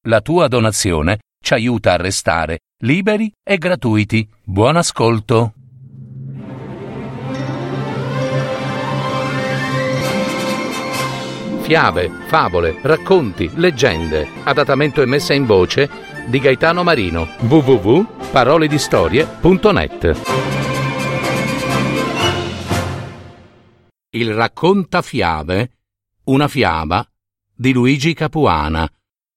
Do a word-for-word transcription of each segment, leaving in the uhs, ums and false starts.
La tua donazione ci aiuta a restare liberi e gratuiti. Buon ascolto! Fiabe, favole, racconti, leggende. Adattamento e messa in voce di Gaetano Marino. w w w punto parole di storie punto net. Il raccontafiabe, una fiaba di Luigi Capuana.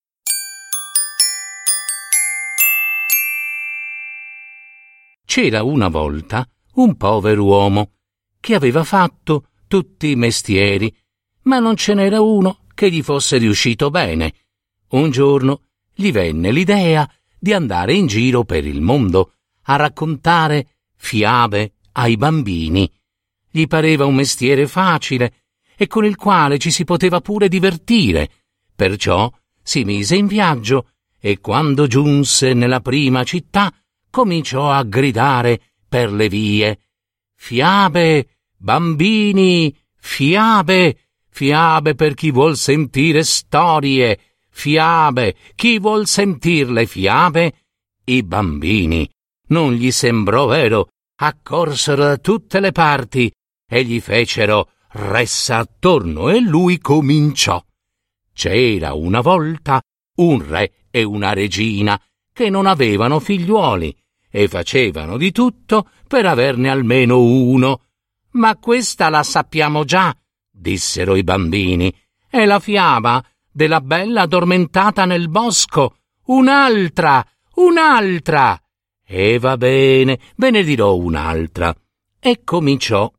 C'era una volta un pover'uomo che aveva fatto tutti i mestieri, ma non ce n'era uno che gli fosse riuscito bene. Un giorno gli venne l'idea di andare in giro per il mondo a raccontare fiabe ai bambini. Gli pareva un mestiere facile e con il quale ci si poteva pure divertire. Perciò si mise in viaggio e quando giunse nella prima città cominciò a gridare per le vie: «Fiabe, bambini, fiabe, fiabe per chi vuol sentire storie, fiabe, chi vuol sentir le fiabe?» I bambini, non gli sembrò vero, accorsero da tutte le parti e gli fecero ressa attorno e lui cominciò. C'era una volta un re e una regina che non avevano figliuoli e facevano di tutto per averne almeno uno. «Ma questa la sappiamo già», dissero i bambini, «è la fiaba della bella addormentata nel bosco. Un'altra, un'altra!» «E va bene, ve ne dirò un'altra». E cominciò.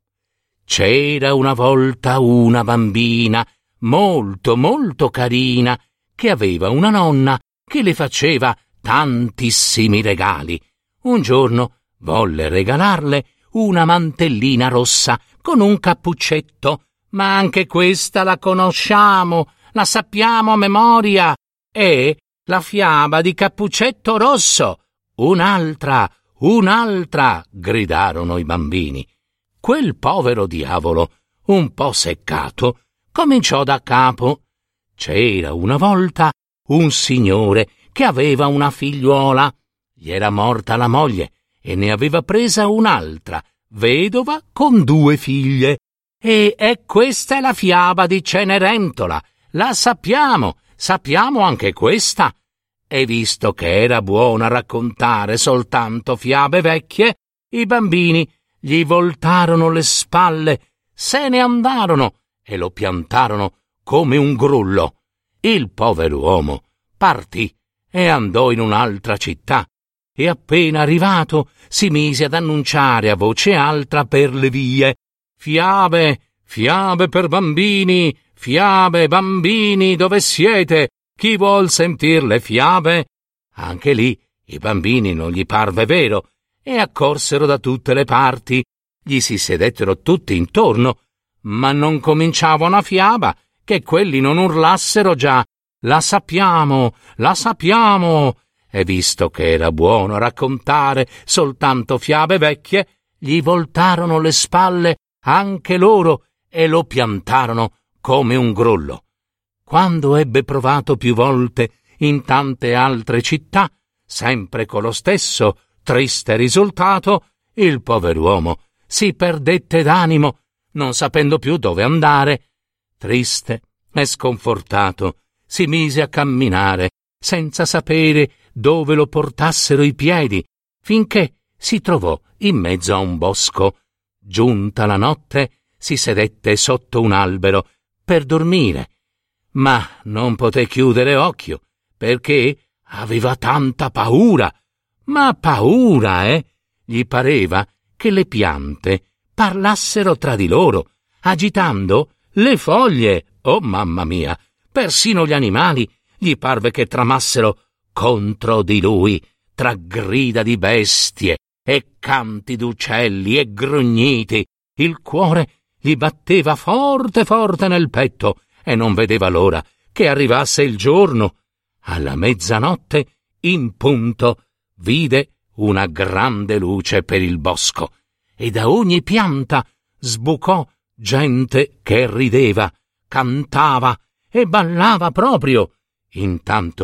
C'era una volta una bambina molto, molto carina che aveva una nonna che le faceva tantissimi regali. Un giorno volle regalarle una mantellina rossa con un cappuccetto, ma anche questa la conosciamo, la sappiamo a memoria. È la fiaba di Cappuccetto Rosso. «Un'altra, un'altra!» gridarono i bambini. Quel povero diavolo, un po' seccato, cominciò da capo. C'era una volta un signore che aveva una figliuola. Gli era morta la moglie e ne aveva presa un'altra, vedova con due figlie. E, e questa è la fiaba di Cenerentola. La sappiamo, sappiamo anche questa. E visto che era buona a raccontare soltanto fiabe vecchie, i bambini gli voltarono le spalle, se ne andarono e lo piantarono come un grullo. Il pover'uomo partì e andò in un'altra città e appena arrivato si mise ad annunciare a voce alta per le vie: «Fiabe, fiabe per bambini, fiabe, bambini, dove siete? Chi vuol sentir le fiabe?» Anche lì i bambini non gli parve vero e accorsero da tutte le parti. Gli si sedettero tutti intorno, ma non cominciava una fiaba che quelli non urlassero già: «La sappiamo, la sappiamo!» E visto che era buono a raccontare soltanto fiabe vecchie, gli voltarono le spalle anche loro e lo piantarono come un grullo. Quando ebbe provato più volte in tante altre città, sempre con lo stesso triste risultato, il pover'uomo si perdette d'animo, non sapendo più dove andare. Triste e sconfortato, si mise a camminare, senza sapere dove lo portassero i piedi, finché si trovò in mezzo a un bosco. Giunta la notte, si sedette sotto un albero per dormire, ma non poté chiudere occhio, perché aveva tanta paura. Ma paura, eh? Gli pareva che le piante parlassero tra di loro, agitando le foglie. Oh, mamma mia! Persino gli animali gli parve che tramassero contro di lui, tra grida di bestie e canti d'uccelli e grugniti. Il cuore gli batteva forte forte nel petto e non vedeva l'ora che arrivasse il giorno. Alla mezzanotte, in punto, vide una grande luce per il bosco e da ogni pianta sbucò gente che rideva, cantava e ballava proprio. Intanto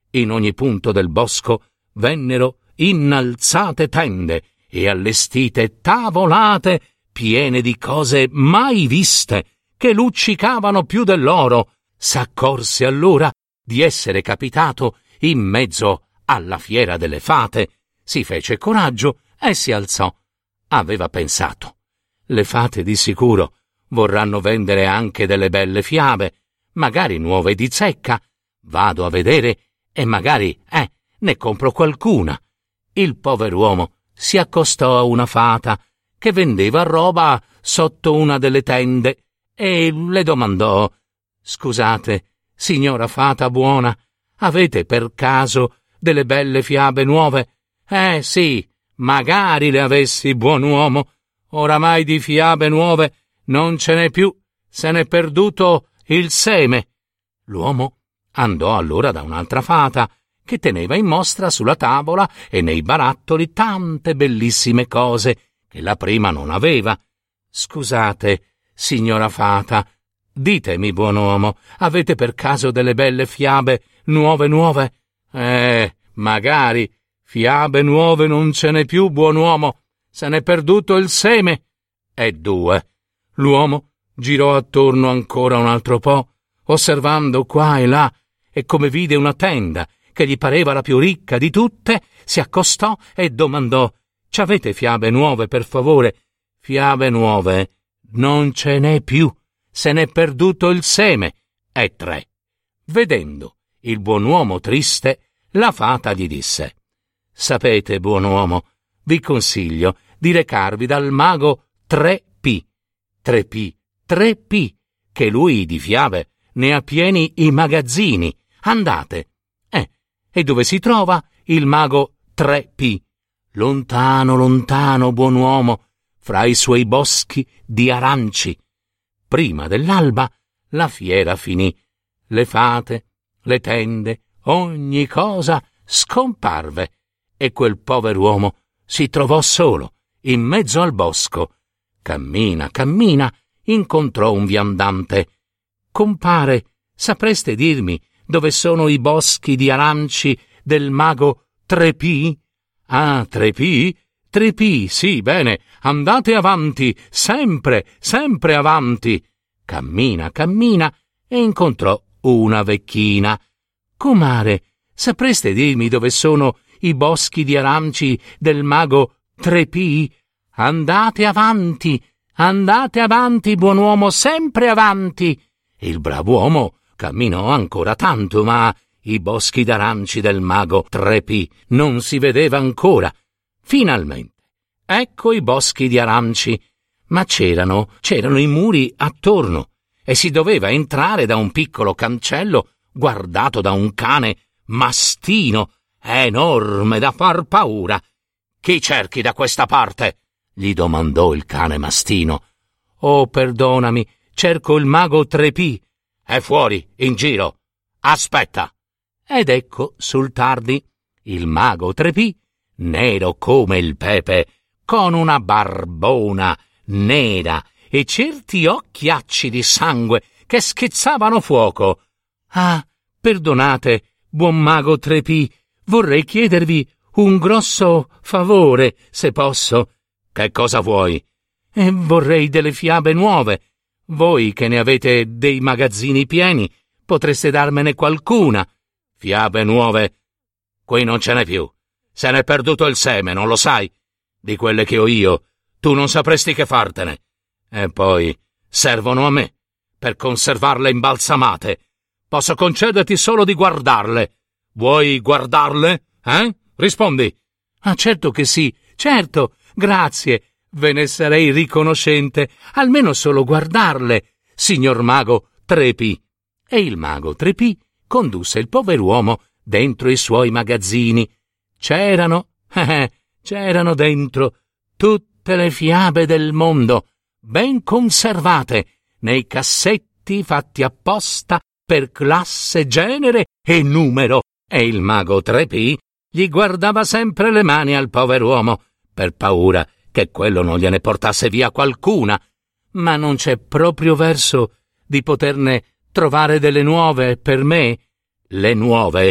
In ogni punto del bosco vennero innalzate tende e allestite tavolate piene di cose mai viste, che luccicavano più dell'oro. S'accorse allora di essere capitato in mezzo alla fiera delle fate, si fece coraggio e si alzò. Aveva pensato: le fate di sicuro vorranno vendere anche delle belle fiabe, magari nuove di zecca. Vado a vedere e magari, eh, ne compro qualcuna. Il pover'uomo si accostò a una fata che vendeva roba sotto una delle tende e le domandò: «Scusate, signora fata buona, avete per caso delle belle fiabe nuove?» «Eh sì, magari le avessi, buon uomo. Oramai di fiabe nuove non ce n'è più, se n'è perduto il seme». L'uomo andò allora da un'altra fata che teneva in mostra sulla tavola e nei barattoli tante bellissime cose che la prima non aveva. «Scusate, signora fata, ditemi, buon uomo, avete per caso delle belle fiabe nuove nuove?» «Eh, magari, fiabe nuove non ce n'è più, buon uomo, se n'è perduto il seme». E due. L'uomo girò attorno ancora un altro po', osservando qua e là, e come vide una tenda che gli pareva la più ricca di tutte, si accostò e domandò: «Ci avete fiabe nuove, per favore?» «Fiabe nuove non ce n'è più, se n'è perduto il seme». E tre. Vedendo il buon uomo triste, la fata gli disse: «Sapete, buon uomo, vi consiglio di recarvi dal mago tre P. tre P, tre P, che lui di fiabe ne ha pieni i magazzini. Andate». Eh, e dove si trova il mago tre P? Lontano, lontano, buon uomo, fra i suoi boschi di aranci. Prima dell'alba la fiera finì. Le fate, le tende, ogni cosa scomparve e quel pover'uomo si trovò solo in mezzo al bosco. Cammina, cammina, incontrò un viandante. «Compare, sapreste dirmi dove sono i boschi di aranci del mago tre P?» «Ah, tre P? tre P, sì, bene, andate avanti, sempre, sempre avanti». Cammina, cammina e incontrò una vecchina. «Comare, sapreste dirmi dove sono i boschi di aranci del mago tre P?» «Andate avanti, andate avanti, buon uomo, sempre avanti». Il brav'uomo camminò ancora tanto, ma i boschi d'aranci del mago tre P non si vedeva ancora. Finalmente, ecco i boschi di aranci, ma c'erano, c'erano i muri attorno e si doveva entrare da un piccolo cancello guardato da un cane mastino, enorme da far paura. «Chi cerchi da questa parte?» gli domandò il cane mastino. «Oh, perdonami, cerco il mago tre P». «È fuori, in giro. Aspetta». Ed ecco sul tardi il mago tre P, nero come il pepe, con una barbona nera e certi occhiacci di sangue che schizzavano fuoco. «Ah, perdonate, buon mago tre P, vorrei chiedervi un grosso favore, se posso». «Che cosa vuoi?» «Eh, vorrei delle fiabe nuove. Voi che ne avete dei magazzini pieni, potreste darmene qualcuna». «Fiabe nuove? Qui non ce n'è più. Se n'è perduto il seme, non lo sai? Di quelle che ho io, tu non sapresti che fartene. E poi servono a me, per conservarle imbalsamate. Posso concederti solo di guardarle. Vuoi guardarle? Eh? Rispondi». «Ah, certo che sì, certo, grazie. Ve ne sarei riconoscente, almeno solo guardarle, signor mago tre P». E il mago tre P condusse il pover'uomo dentro i suoi magazzini. C'erano, eh, c'erano dentro tutte le fiabe del mondo, ben conservate, nei cassetti fatti apposta per classe, genere e numero. E il mago tre P gli guardava sempre le mani al pover'uomo, per paura che quello non gliene portasse via qualcuna. «Ma non c'è proprio verso di poterne trovare delle nuove per me?» «Le nuove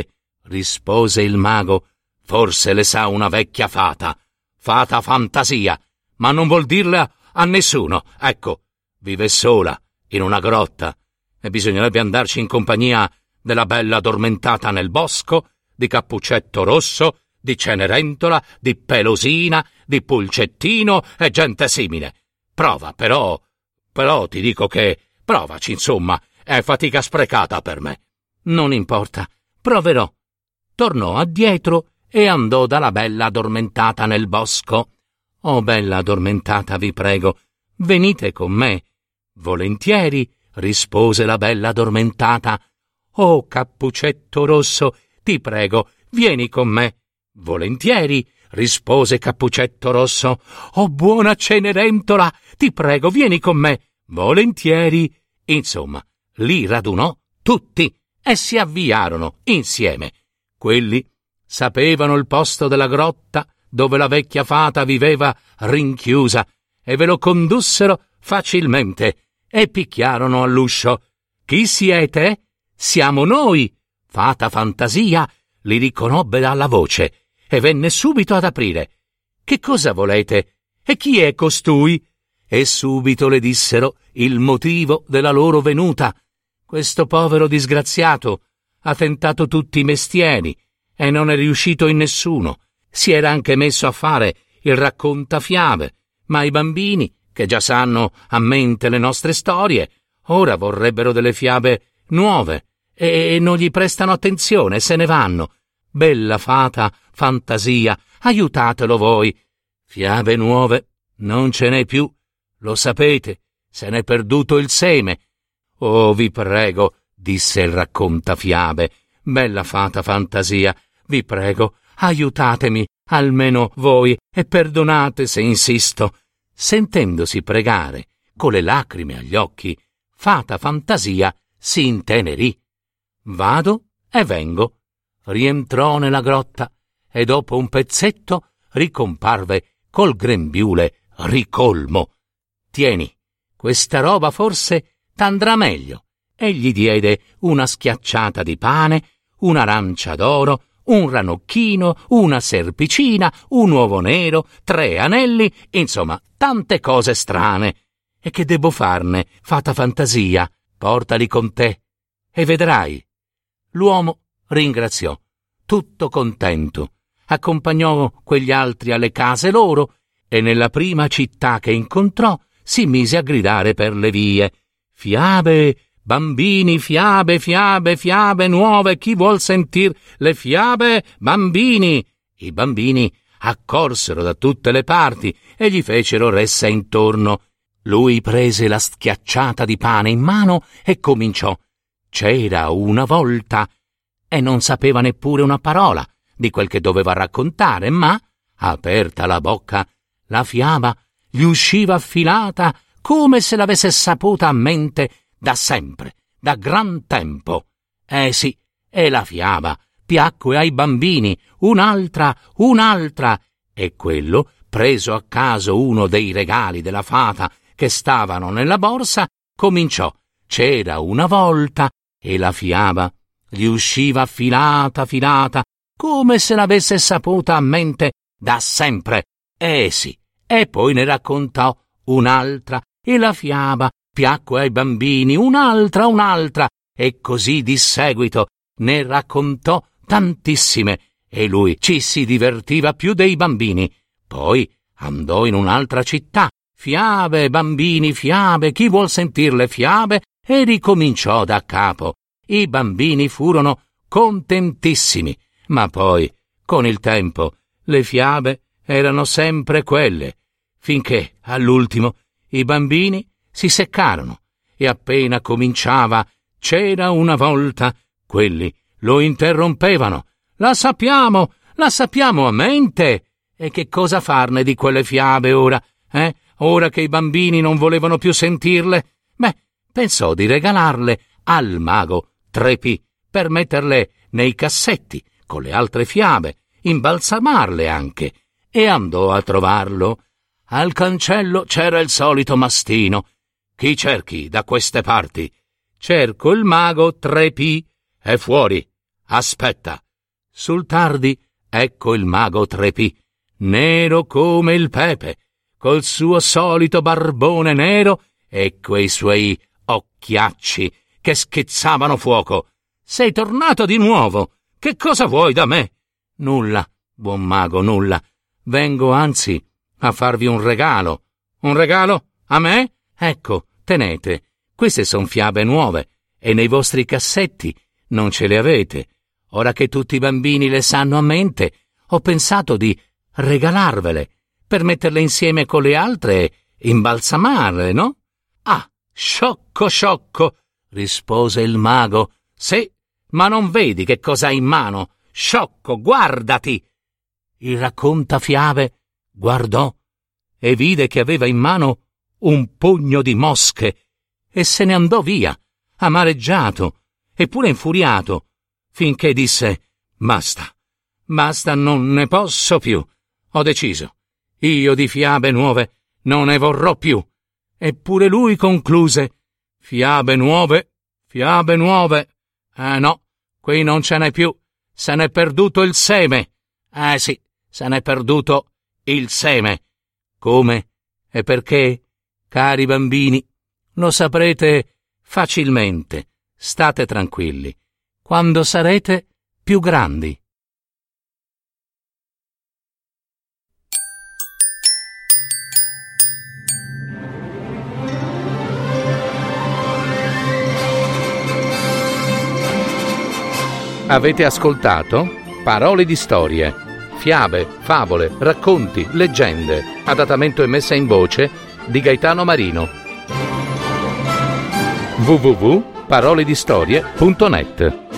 rispose il mago, forse le sa una vecchia fata. Fata fantasia, ma non vuol dirla a nessuno. Ecco, vive sola, in una grotta, e bisognerebbe andarci in compagnia della bella addormentata nel bosco, di Cappuccetto Rosso, di Cenerentola, di Pelosina, di Pulcettino e gente simile. Prova, però, però ti dico che, provaci, insomma, è fatica sprecata per me. Non importa, proverò. Tornò addietro e andò dalla bella addormentata nel bosco. Oh, bella addormentata, vi prego, venite con me. Volentieri, rispose la bella addormentata. Oh, Cappuccetto Rosso, ti prego, vieni con me. Volentieri, rispose Cappuccetto Rosso. Oh, buona Cenerentola, ti prego, vieni con me. Volentieri. Insomma, li radunò tutti e si avviarono insieme. Quelli sapevano il posto della grotta dove la vecchia fata viveva rinchiusa e ve lo condussero facilmente e picchiarono all'uscio. Chi siete? Siamo noi. Fata Fantasia li riconobbe dalla voce e venne subito ad aprire. Che cosa volete? E chi è costui? E subito le dissero il motivo della loro venuta. Questo povero disgraziato ha tentato tutti i mestieri e non è riuscito in nessuno. Si era anche messo a fare il raccontafiabe, ma i bambini, che già sanno a mente le nostre storie, ora vorrebbero delle fiabe nuove e non gli prestano attenzione e se ne vanno. Bella Fata Fantasia, aiutatelo voi. Fiabe nuove non ce n'è più, lo sapete, se n'è perduto il seme. Oh, vi prego, disse il raccontafiabe, bella Fata Fantasia, vi prego, aiutatemi, almeno voi, e perdonate se insisto. Sentendosi pregare, con le lacrime agli occhi, Fata Fantasia si intenerì. Vado e vengo. Rientrò nella grotta e dopo un pezzetto ricomparve col grembiule ricolmo. Tieni, questa roba forse t'andrà meglio. E gli diede una schiacciata di pane, un'arancia d'oro, un ranocchino, una serpicina, un uovo nero, tre anelli, insomma, tante cose strane. E che debbo farne, Fata Fantasia? Portali con te e vedrai. L'uomo ringraziò, tutto contento, accompagnò quegli altri alle case loro e nella prima città che incontrò si mise a gridare per le vie. Fiabe, bambini, fiabe, fiabe, fiabe nuove, chi vuol sentir le fiabe? Bambini! I bambini accorsero da tutte le parti e gli fecero ressa intorno. Lui prese la schiacciata di pane in mano e cominciò. C'era una volta, e non sapeva neppure una parola di quel che doveva raccontare, ma, aperta la bocca, la fiaba gli usciva affilata come se l'avesse saputa a mente da sempre, da gran tempo. Eh sì, e la fiaba piacque ai bambini, un'altra, un'altra, e quello, preso a caso uno dei regali della fata che stavano nella borsa, cominciò. C'era una volta, e la fiaba gli usciva filata, filata, come se l'avesse saputa a mente da sempre. Eh sì, e poi ne raccontò un'altra, e la fiaba piacque ai bambini, un'altra, un'altra, e così di seguito ne raccontò tantissime, e lui ci si divertiva più dei bambini. Poi andò in un'altra città, fiabe, bambini, fiabe, chi vuol sentir le fiabe? E ricominciò da capo. I bambini furono contentissimi, ma poi, con il tempo, le fiabe erano sempre quelle, finché, all'ultimo, i bambini si seccarono e appena cominciava «C'era una volta», quelli lo interrompevano. «La sappiamo, la sappiamo a mente!» E che cosa farne di quelle fiabe ora, eh? Ora che i bambini non volevano più sentirle? Beh, pensò di regalarle al mago Trepì per metterle nei cassetti con le altre fiabe, imbalsamarle anche, e andò a trovarlo. Al cancello c'era il solito mastino. «Chi cerchi da queste parti?» «Cerco il mago Trepì. È fuori. Aspetta». Sul tardi, ecco il mago Trepì, nero come il pepe, col suo solito barbone nero e quei suoi occhiacci che schizzavano fuoco. Sei tornato di nuovo. Che cosa vuoi da me? Nulla, buon mago, nulla. Vengo anzi a farvi un regalo. Un regalo? A me? Ecco, tenete. Queste son fiabe nuove e nei vostri cassetti non ce le avete. Ora che tutti i bambini le sanno a mente, ho pensato di regalarvele per metterle insieme con le altre e imbalsamarle, no? Ah, sciocco, sciocco, rispose il mago. Sì, ma non vedi che cosa hai in mano? Sciocco, guardati! Il raccontafiabe guardò e vide che aveva in mano un pugno di mosche e se ne andò via, amareggiato e pure infuriato, finché disse: basta, basta, non ne posso più. Ho deciso, io di fiabe nuove non ne vorrò più. Eppure lui concluse: fiabe nuove, fiabe nuove. Eh no, qui non ce n'è più, se n'è perduto il seme. Eh sì, se n'è perduto il seme. Come e perché, cari bambini, lo saprete facilmente. State tranquilli, quando sarete più grandi. Avete ascoltato Parole di storie, fiabe, favole, racconti, leggende, adattamento e messa in voce di Gaetano Marino. w w w punto paroledistorie punto net